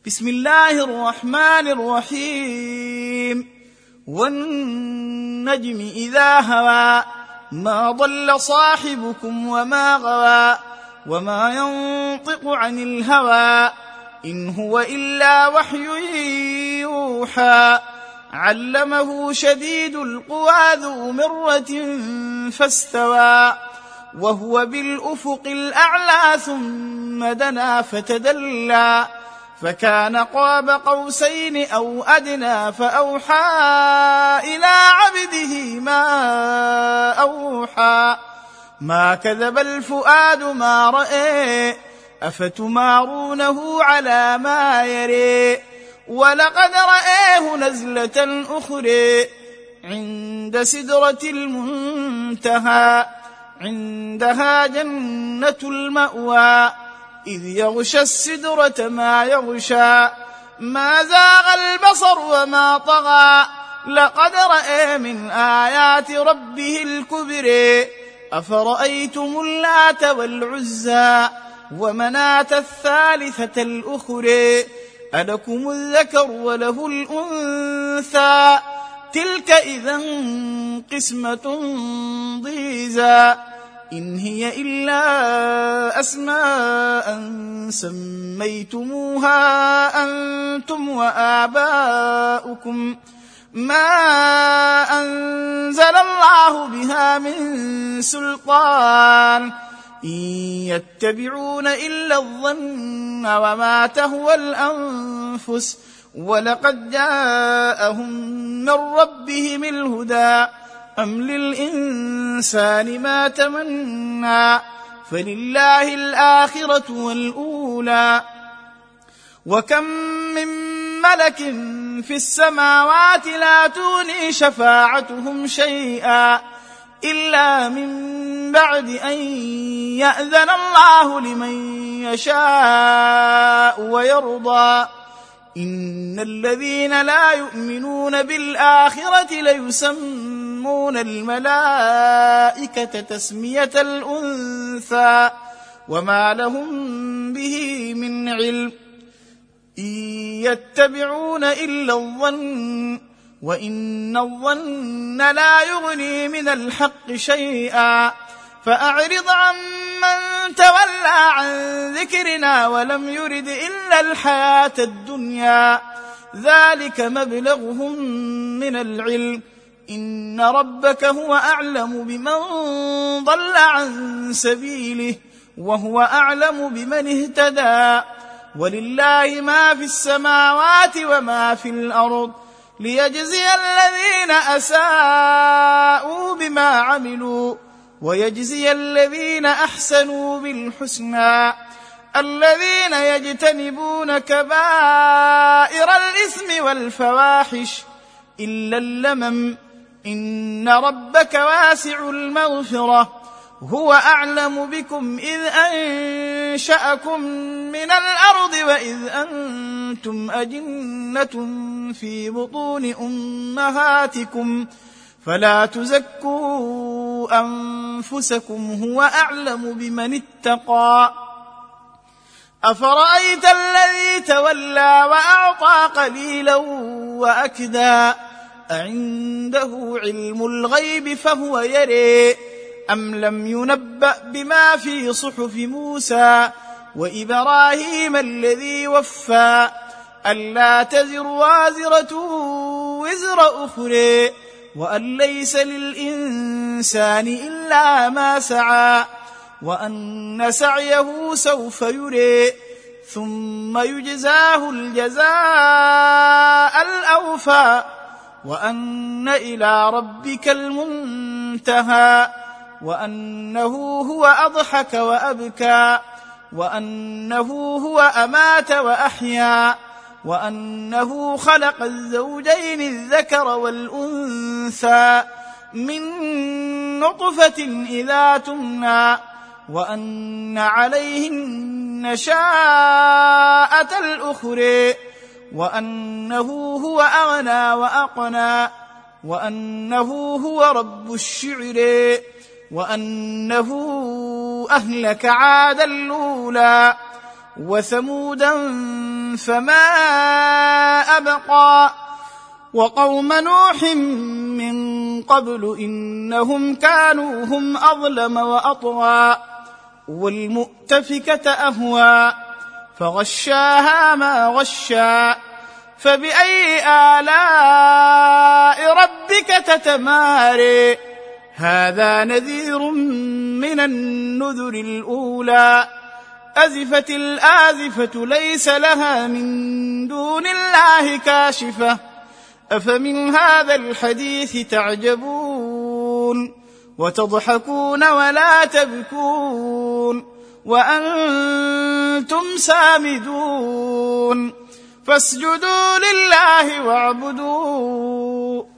بسم الله الرحمن الرحيم والنجم إذا هوى ما ضل صاحبكم وما غوى وما ينطق عن الهوى إن هو إلا وحي يوحى علمه شديد القوى ذو مرة فاستوى وهو بالأفق الأعلى ثم دنا فتدلى فكان قاب قوسين أو أدنى فأوحى إلى عبده ما أوحى ما كذب الفؤاد ما رأى أفتمارونه على ما يرى ولقد رآه نزلة أخرى عند سدرة المنتهى عندها جنة المأوى إذ يغشى السدرة ما يغشى ما زاغ البصر وما طغى لقد رأى من آيات ربه الكبرى أفرأيتم اللات والعزى ومناة الثالثة الأخرى ألكم الذكر وله الأنثى تلك إذا قسمة ضيزى إن هي إلا أسماء سميتموها أنتم وآباؤكم ما أنزل الله بها من سلطان إن يتبعون إلا الظن وما تهوى الأنفس ولقد جاءهم من ربهم الهدى أم للإنسان ما تمنى فلله الآخرة والأولى وكم من ملك في السماوات لا تغني شفاعتهم شيئا إلا من بعد أن يأذن الله لمن يشاء ويرضى إن الذين لا يؤمنون بالآخرة ليسمون الملائكة تسمية الأنثى وما لهم به من علم إن يتبعون إلا الظن وإن الظن لا يغني من الحق شيئا فأعرض عن من تولى عن ذكرنا ولم يرد إلا الحياة الدنيا ذلك مبلغهم من العلم إن ربك هو أعلم بمن ضل عن سبيله وهو أعلم بمن اهتدى ولله ما في السماوات وما في الأرض ليجزي الذين أساءوا بما عملوا ويجزي الذين أحسنوا بالحسنى الذين يجتنبون كبائر الإثم والفواحش إلا اللمم إن ربك واسع المغفرة هو أعلم بكم إذ أنشأكم من الأرض وإذ أنتم أجنة في بطون أمهاتكم فلا تزكوا أنفسكم هو أعلم بمن اتقى أفرأيت الذي تولى وأعطى قليلا وأكدى أعنده علم الغيب فهو يرى أم لم ينبأ بما في صحف موسى وإبراهيم الذي وفى ألا تزر وازرة وزر أخرى وأن ليس للإنسان إلا ما سعى وأن سعيه سوف يرى ثم يجزاه الجزاء الأوفى وأن إلى ربك المنتهى وأنه هو أضحك وأبكى وأنه هو أمات وأحيا وأنه خلق الزوجين الذكر والأنثى من نطفة إذا تمنى وأن عليه النشاءة الأخرى وأنه هو أغنى وأقنى وأنه هو رب الشعر وأنه أهلك عادا الأولى وثمودا فما أبقى وقوم نوح من قبل إنهم كانوا هم أظلم وأطغى والمؤتفكة أهوى فغشاها ما غشى فبأي آلاء ربك تتماري هذا نذير من النذر الأولى أزفت الآزفة ليس لها من دون الله كاشفة أفمن هذا الحديث تعجبون وتضحكون ولا تبكون وأنتم سامدون فاسجدوا لله واعبدوا